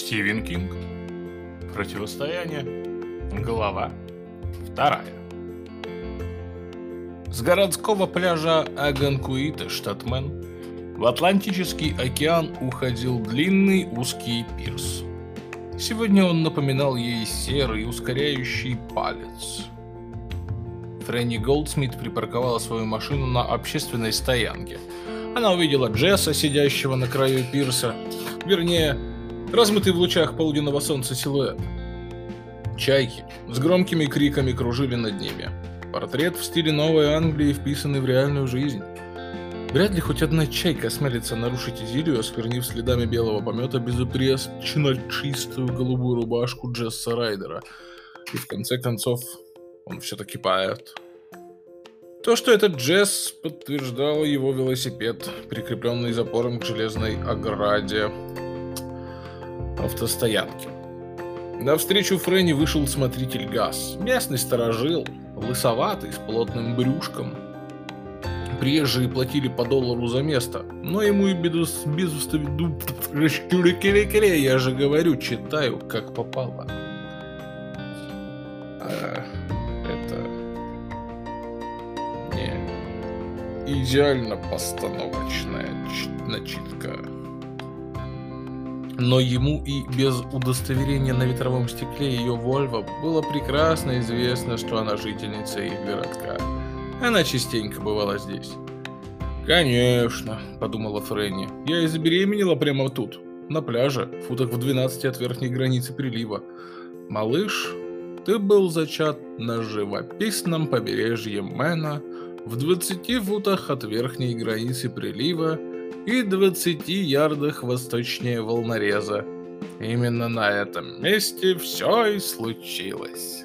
Стивен Кинг. Противостояние. Глава 2. С городского пляжа Аганкуита, штат Мэн, в Атлантический океан уходил длинный узкий пирс. Сегодня он напоминал ей серый ускоряющий палец. Фрэнни Голдсмит припарковала свою машину на общественной стоянке. Она увидела Джесса, сидящего на краю пирса, вернее, размытый в лучах полуденного солнца силуэт. Чайки с громкими криками кружили над ними. Портрет в стиле Новой Англии, вписанный в реальную жизнь. Вряд ли хоть одна чайка осмелится нарушить идиллию, осквернив следами белого помета безупречно чистую голубую рубашку Джесса Райдера. И в конце концов, он все-таки поэт. То, что этот Джесс, подтверждал его велосипед, прикрепленный запором к железной ограде автостоянки. Навстречу Фрэнни вышел смотритель Газ, местный сторожил, лысоватый, с плотным брюшком. Приезжие платили по $1 за место, но ему и я же говорю, читаю, как попало. Это не идеально постановочная начитка. Но ему и без удостоверения на ветровом стекле ее Вольво было прекрасно известно, что она жительница их городка. Она частенько бывала здесь. «Конечно», — подумала Фрэнни, — «я и забеременела прямо тут, на пляже, в футах в 12 от верхней границы прилива. Малыш, ты был зачат на живописном побережье Мэна, в 20 футах от верхней границы прилива и 20 ярдах восточнее волнореза. Именно на этом месте все и случилось».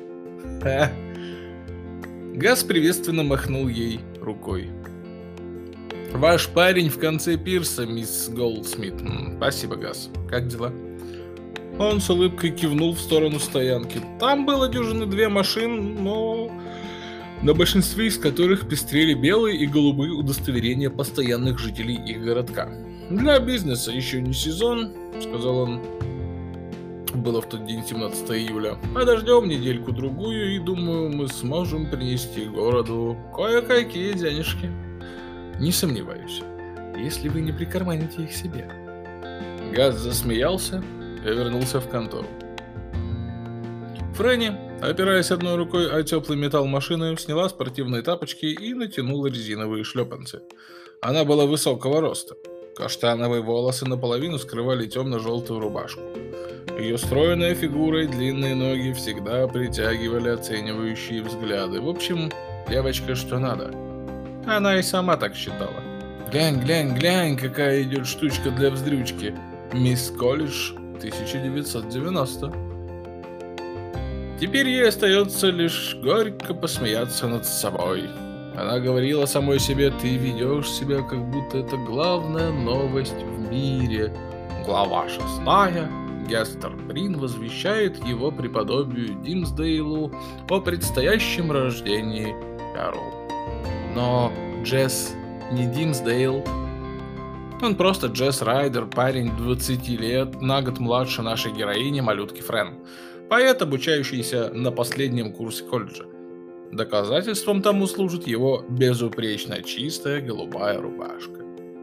Газ приветственно махнул ей рукой. «Ваш парень в конце пирса, мисс Голдсмит». «Спасибо, Газ. Как дела?» Он с улыбкой кивнул в сторону стоянки. Там было дюжины 2 машин, но на большинстве из которых пестрели белые и голубые удостоверения постоянных жителей их городка. «Для бизнеса еще не сезон», — сказал он. Было в тот день 17 июля. «Подождем недельку-другую, и думаю, мы сможем принести городу кое-какие денежки. Не сомневаюсь, если вы не прикарманите их себе». Газ засмеялся и вернулся в контору. Фрэнни, опираясь одной рукой о теплый металл машины, сняла спортивные тапочки и натянула резиновые шлепанцы. Она была высокого роста. Каштановые волосы наполовину скрывали темно-желтую рубашку. Ее стройная фигура и длинные ноги всегда притягивали оценивающие взгляды. В общем, девочка что надо. Она и сама так считала. «Глянь, глянь, глянь, какая идет штучка для вздрючки. Мисс Колледж 1990». Теперь ей остается лишь горько посмеяться над собой. Она говорила самой себе: «Ты ведешь себя, как будто это главная новость в мире». Глава 6. Гестер Брин возвещает его преподобию Димсдейлу о предстоящем рождении Эрл. Но Джесс не Димсдейл. Он просто Джесс Райдер, парень 20 лет, на год младше нашей героини, малютки Фрэн. Поэт, обучающийся на последнем курсе колледжа. Доказательством тому служит его безупречно чистая голубая рубашка.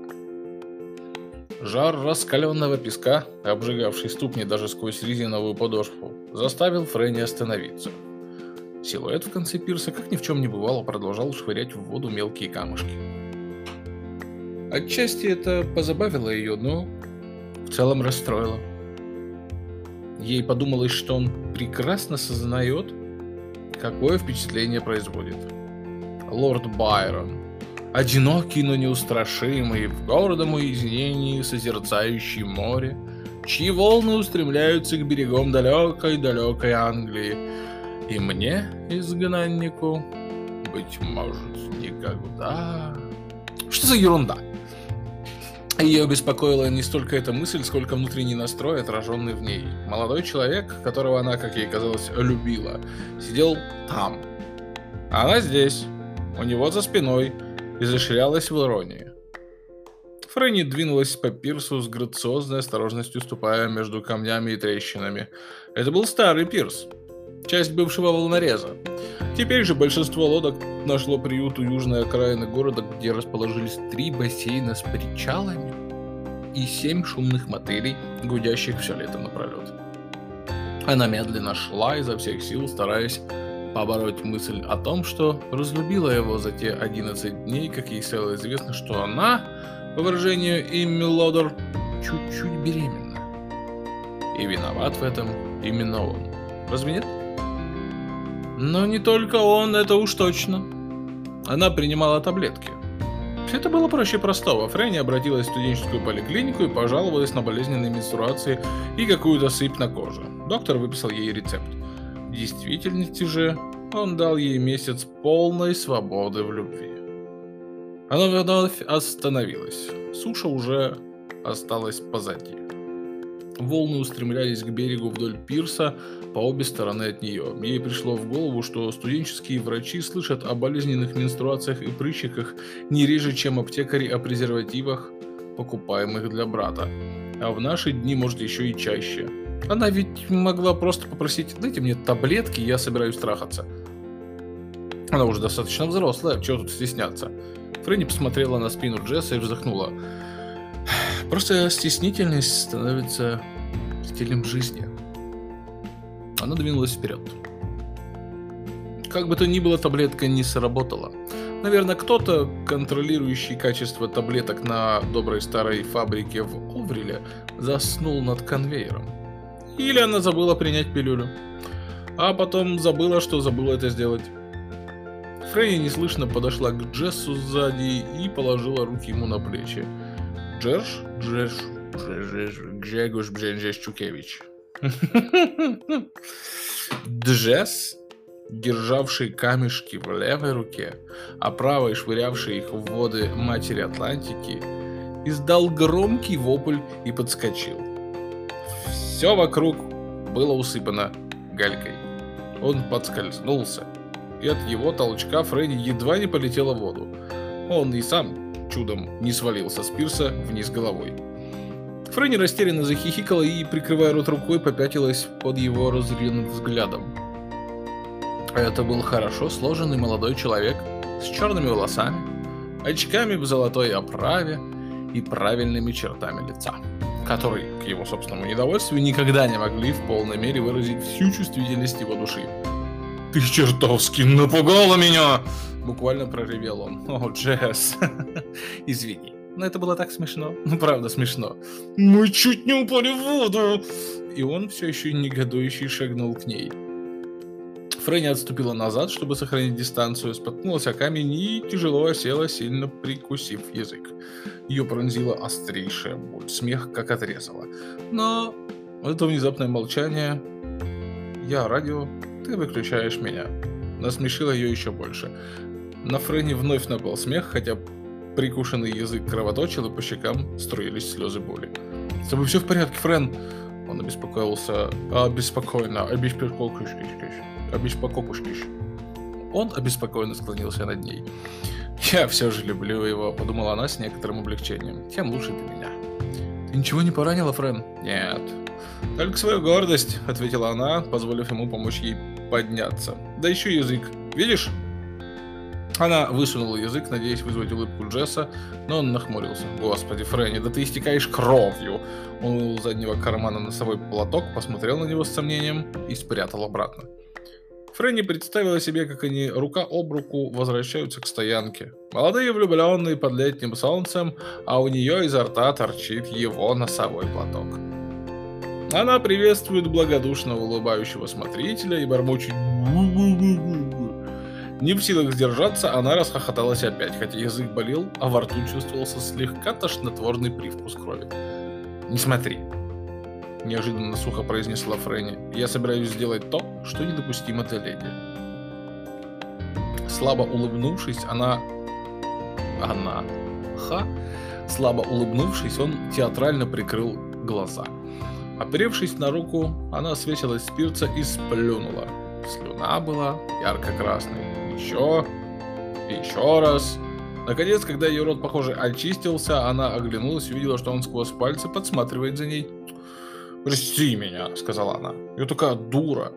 Жар раскаленного песка, обжигавший ступни даже сквозь резиновую подошву, заставил Фрэнни остановиться. Силуэт в конце пирса, как ни в чем не бывало, продолжал швырять в воду мелкие камушки. Отчасти это позабавило ее, но в целом расстроило. Ей подумалось, что он прекрасно сознает, какое впечатление производит. Лорд Байрон, одинокий, но неустрашимый, в гордом уединении созерцающий море, чьи волны устремляются к берегам далекой-далекой Англии. И мне, изгнаннику, быть может, никогда... Что за ерунда? Ее беспокоила не столько эта мысль, сколько внутренний настрой, отраженный в ней. Молодой человек, которого она, как ей казалось, любила, сидел там. А она здесь, у него за спиной, изощрялась в иронии. Фрэнни двинулась по пирсу с грациозной осторожностью, ступая между камнями и трещинами. Это был старый пирс, часть бывшего волнореза. Теперь же большинство лодок нашло приют у южной окраины города, где расположились 3 бассейна с причалами и 7 шумных мотелей, гудящих все лето напролет. Она медленно шла изо всех сил, стараясь побороть мысль о том, что разлюбила его за те 11 дней, как ей стало известно, что она, по выражению Эмми Лодер, чуть-чуть беременна. И виноват в этом именно он. Разве нет? Но не только он, это уж точно. Она принимала таблетки. Это было проще простого. Фрэнни обратилась в студенческую поликлинику и пожаловалась на болезненные менструации и какую-то сыпь на коже. Доктор выписал ей рецепт. В действительности же он дал ей месяц полной свободы в любви. Она вновь остановилась. Суша уже осталась позади. Волны устремлялись к берегу вдоль пирса по обе стороны от нее. Ей пришло в голову, что студенческие врачи слышат о болезненных менструациях и прыщиках не реже, чем аптекари о презервативах, покупаемых для брата. А в наши дни, может, еще и чаще. Она ведь могла просто попросить: дайте мне таблетки, я собираюсь трахаться. Она уже достаточно взрослая, чего тут стесняться. Фрэнни посмотрела на спину Джесса и вздохнула. Просто стеснительность становится стилем жизни. Она двинулась вперед. Как бы то ни было, таблетка не сработала. Наверное, кто-то, контролирующий качество таблеток на доброй старой фабрике в Овриле, заснул над конвейером. Или она забыла принять пилюлю. А потом забыла, что забыла это сделать. Фрэнни неслышно подошла к Джессу сзади и положила руки ему на плечи. Гжегош Бженжещукевич. Джесс, державший камешки в левой руке, а правой швырявший их в воды матери Атлантики, издал громкий вопль и подскочил. Все вокруг было усыпано галькой. Он подскользнулся, и от его толчка Фрэнни едва не полетела в воду. Он и сам чудом не свалился с пирса вниз головой. Фрэнни растерянно захихикала и, прикрывая рот рукой, попятилась под его разъяренным взглядом. Это был хорошо сложенный молодой человек с черными волосами, очками в золотой оправе и правильными чертами лица, которые, к его собственному недовольству, никогда не могли в полной мере выразить всю чувствительность его души. «Ты чертовски напугала меня!» — буквально проревел он. «О, Джесс, извини, но это было так смешно, ну правда смешно. Мы чуть не упали в воду!» И он все еще негодующий шагнул к ней. Фрэнни отступила назад, чтобы сохранить дистанцию, споткнулась о камень и тяжело осела, сильно прикусив язык. Ее пронзила острейшая боль, смех как отрезала. Но это внезапное молчание «Я радио, ты выключаешь меня» насмешило ее еще больше. На Фрэнни вновь напал смех, хотя прикушенный язык кровоточил, и по щекам струились слезы боли. «С тобой все в порядке, Фрэн?» Он обеспокоился. Он обеспокоенно склонился над ней. «Я все же люблю его», — подумала она с некоторым облегчением. «Тем лучше для меня». «Ты ничего не поранила, Фрэн?» «Нет. Только свою гордость», — ответила она, позволив ему помочь ей подняться. «Да еще язык. Видишь?» Она высунула язык, надеясь вызвать улыбку Джесса, но он нахмурился. «Господи, Фрэнни, да ты истекаешь кровью!» Он вынул из заднего кармана носовой платок, посмотрел на него с сомнением и спрятал обратно. Фрэнни представила себе, как они рука об руку возвращаются к стоянке. Молодые влюбленные под летним солнцем, а у нее изо рта торчит его носовой платок. Она приветствует благодушно улыбающего смотрителя и бормочет «бу-бу-бу-бу-бу». Не в силах сдержаться, она расхохоталась опять, хотя язык болел, а во рту чувствовался слегка тошнотворный привкус крови. «Не смотри», — неожиданно сухо произнесла Фрэнни. «Я собираюсь сделать то, что недопустимо для леди». Слабо улыбнувшись, Слабо улыбнувшись, он театрально прикрыл глаза. Оперевшись на руку, она свесилась с пирса и сплюнула. Слюна была ярко-красной. Еще раз. Наконец, когда ее рот, похоже, очистился, она оглянулась и увидела, что он сквозь пальцы подсматривает за ней. «Прости меня», — сказала она. «Я такая дура».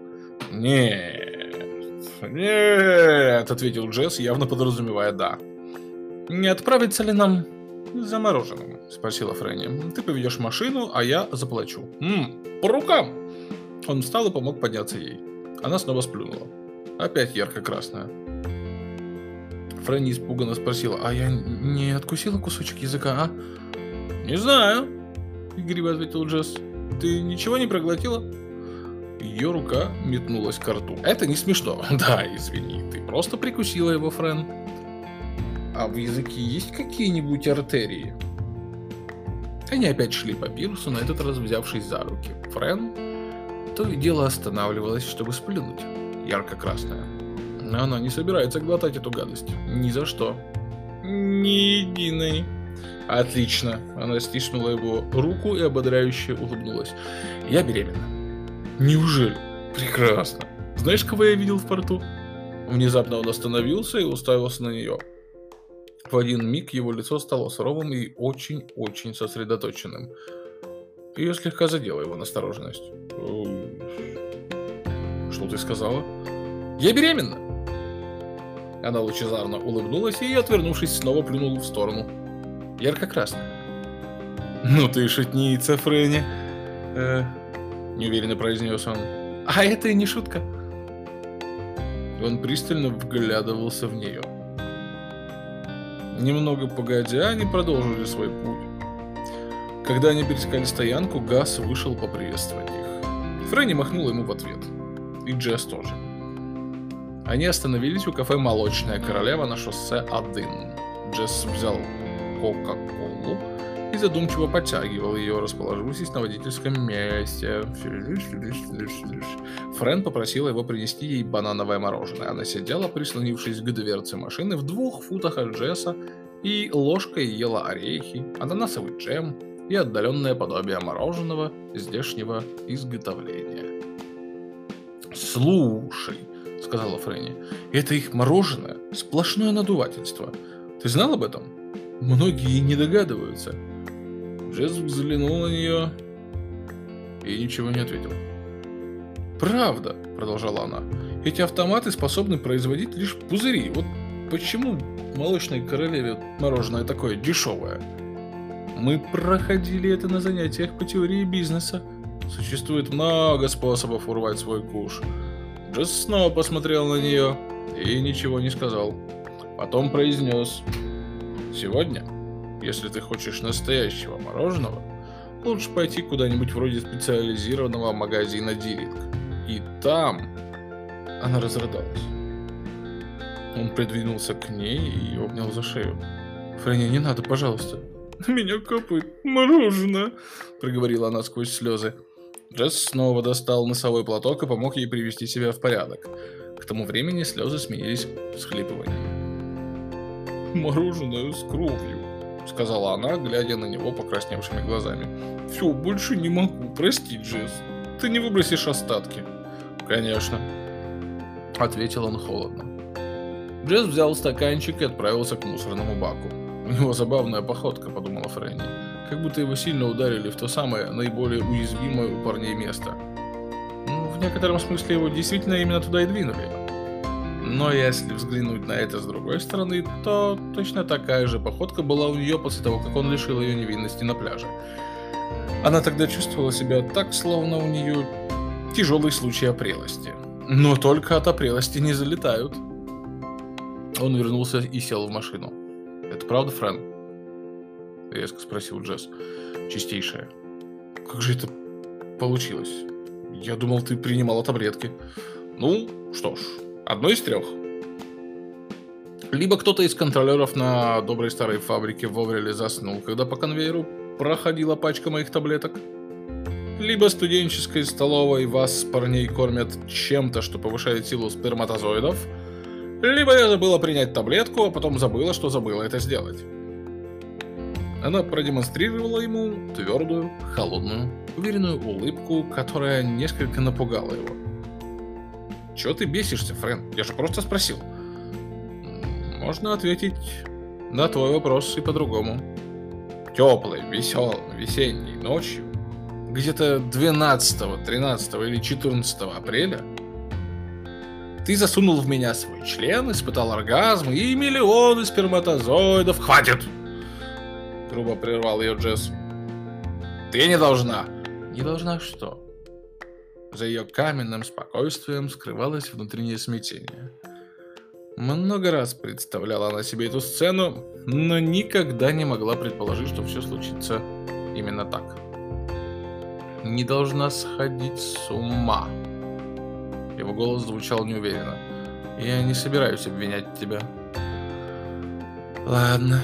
«Нет, нет», — ответил Джесс, явно подразумевая «да». «Не отправиться ли нам за мороженым?» — спросила Фрэнни. «Ты поведешь машину, а я заплачу». «По рукам!» Он встал и помог подняться ей. Она снова сплюнула. Опять ярко-красная. Фрэнни испуганно спросила: «А я не откусила кусочек языка, а?» «Не знаю», — игриво ответил Джесс. «Ты ничего не проглотила?» Ее рука метнулась к рту. «Это не смешно». «Да, извини, ты просто прикусила его, Фрэн». «А в языке есть какие-нибудь артерии?» Они опять шли по пирсу, на этот раз взявшись за руки. Фрэн то и дело останавливалась, чтобы сплюнуть. Ярко-красная. Но она не собирается глотать эту гадость. Ни за что. Ни единой. Отлично. Она стиснула его руку и ободряюще улыбнулась. «Я беременна». «Неужели? Прекрасно. Знаешь, кого я видел в порту?» Внезапно он остановился и уставился на нее. В один миг его лицо стало суровым и очень-очень сосредоточенным. Ее слегка задела его настороженность. «Что ты сказала?» «Я беременна!» Она лучезарно улыбнулась и, отвернувшись, снова плюнула в сторону. Ярко-красная. «Ну ты шутница, Фрэнни!» неуверенно произнес он. «А это и не шутка!» Он пристально вглядывался в нее. Немного погодя, они продолжили свой путь. Когда они пересекали стоянку, Газ вышел поприветствовать их. Фрэнни махнула ему в ответ. И Джесс тоже. Они остановились у кафе «Молочная королева» на шоссе 1. Джесс взял кока-колу и задумчиво подтягивал ее, расположившись на водительском месте. Фрэн попросила его принести ей банановое мороженое. Она сидела, прислонившись к дверце машины в 2 футах от Джесса, и ложкой ела орехи, ананасовый джем и отдаленное подобие мороженого здешнего изготовления. «Слушай», — сказала Фрэнни, — «это их мороженое — сплошное надувательство. Ты знал об этом? Многие не догадываются». Джесс взглянул на нее и ничего не ответил. «Правда», — продолжала она, — «эти автоматы способны производить лишь пузыри. Вот почему в «Молочной королеве» мороженое такое дешевое? Мы проходили это на занятиях по теории бизнеса. Существует много способов урвать свой куш». Джесс снова посмотрел на нее и ничего не сказал. Потом произнес: «Сегодня, если ты хочешь настоящего мороженого, лучше пойти куда-нибудь вроде специализированного магазина Диринг. И там...» Она разрыдалась. Он придвинулся к ней и обнял за шею. «Фрэнни, не надо, пожалуйста». «На меня капает мороженое», — проговорила она сквозь слезы. Джесс снова достал носовой платок и помог ей привести себя в порядок. К тому времени слезы сменились всхлипыванием. «Мороженое с кровью», — сказала она, глядя на него покрасневшими глазами. «Все, больше не могу. Прости, Джесс. Ты не выбросишь остатки?» «Конечно», — ответил он холодно. Джесс взял стаканчик и отправился к мусорному баку. «У него забавная походка», — подумала Фрэнни. «Как будто его сильно ударили в то самое наиболее уязвимое у парней место. Ну, в некотором смысле его действительно именно туда и двинули. Но если взглянуть на это с другой стороны, то точно такая же походка была у нее после того, как он лишил ее невинности на пляже. Она тогда чувствовала себя так, словно у нее тяжелый случай опрелости. Но только от опрелости не залетают». Он вернулся и сел в машину. «Это правда, Фрэн?» — резко спросил Джесс. «Чистейшая. Как же это получилось? Я думал, ты принимала таблетки». «Ну, что ж, одно из 3. Либо кто-то из контролеров на доброй старой фабрике в Овреле заснул, когда по конвейеру проходила пачка моих таблеток. Либо в студенческой столовой вас, парней, кормят чем-то, что повышает силу сперматозоидов. Либо я забыла принять таблетку, а потом забыла, что забыла это сделать». Она продемонстрировала ему твердую, холодную, уверенную улыбку, которая несколько напугала его. «Чего ты бесишься, Фрэн? Я же просто спросил». «Можно ответить На твой вопрос и по-другому. Теплой, веселой, весенней ночью, где-то 12, 13 или 14 апреля, ты засунул в меня свой член, испытал оргазм и миллионы сперматозоидов. Хватит! Грубо прервал ее Джесс. Ты не должна. Не должна что? За ее каменным спокойствием скрывалось внутреннее смятение. Много раз представляла она себе эту сцену, но никогда не могла предположить, что все случится именно так. Не должна сходить с ума. Его голос звучал неуверенно. Я не собираюсь обвинять тебя. Ладно,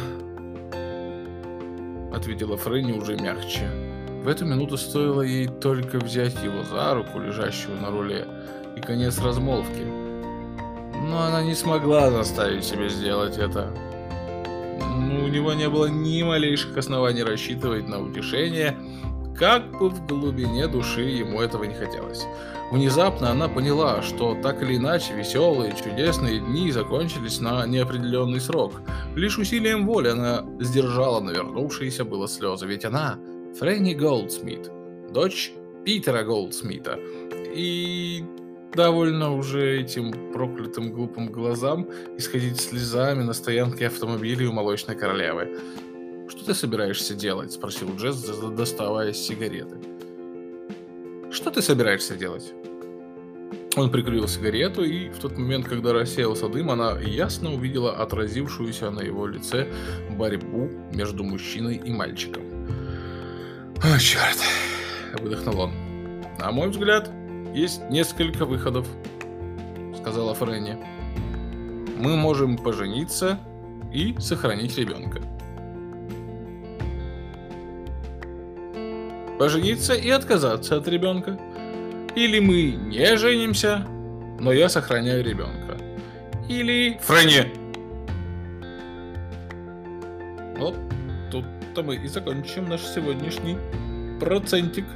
ответила Фрэнни уже мягче. В эту минуту стоило ей только взять его за руку, лежащую на руле, и конец размолвки. Но она не смогла заставить себя сделать это. У него не было ни малейших оснований рассчитывать на утешение, как бы в глубине души ему этого не хотелось. Внезапно она поняла, что так или иначе веселые, чудесные дни закончились на неопределенный срок. Лишь усилием воли она сдержала навернувшиеся было слезы, ведь она Фрэнни Голдсмит, дочь Питера Голдсмита, и довольно уже этим проклятым глупым глазам исходить слезами на стоянке автомобиля у Молочной Королевы. «Что ты собираешься делать?» – спросил Джесс, доставая сигареты. «Что ты собираешься делать?» Он прикурил сигарету, и в тот момент, когда рассеялся дым, она ясно увидела отразившуюся на его лице борьбу между мужчиной и мальчиком. «О, черт!» – выдохнул он. «На мой взгляд, есть несколько выходов», – сказала Фрэнни. «Мы можем пожениться и сохранить ребенка. Пожениться и отказаться от ребенка. Или мы не женимся, но я сохраняю ребенка. Или... Фрэнни!» Вот тут-то мы и закончим наш сегодняшний процентик.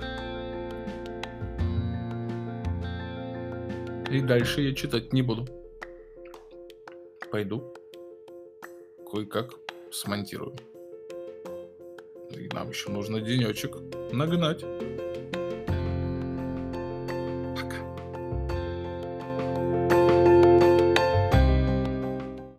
И дальше я читать не буду. Пойду кое-как смонтирую. И нам еще нужно денечек нагнать.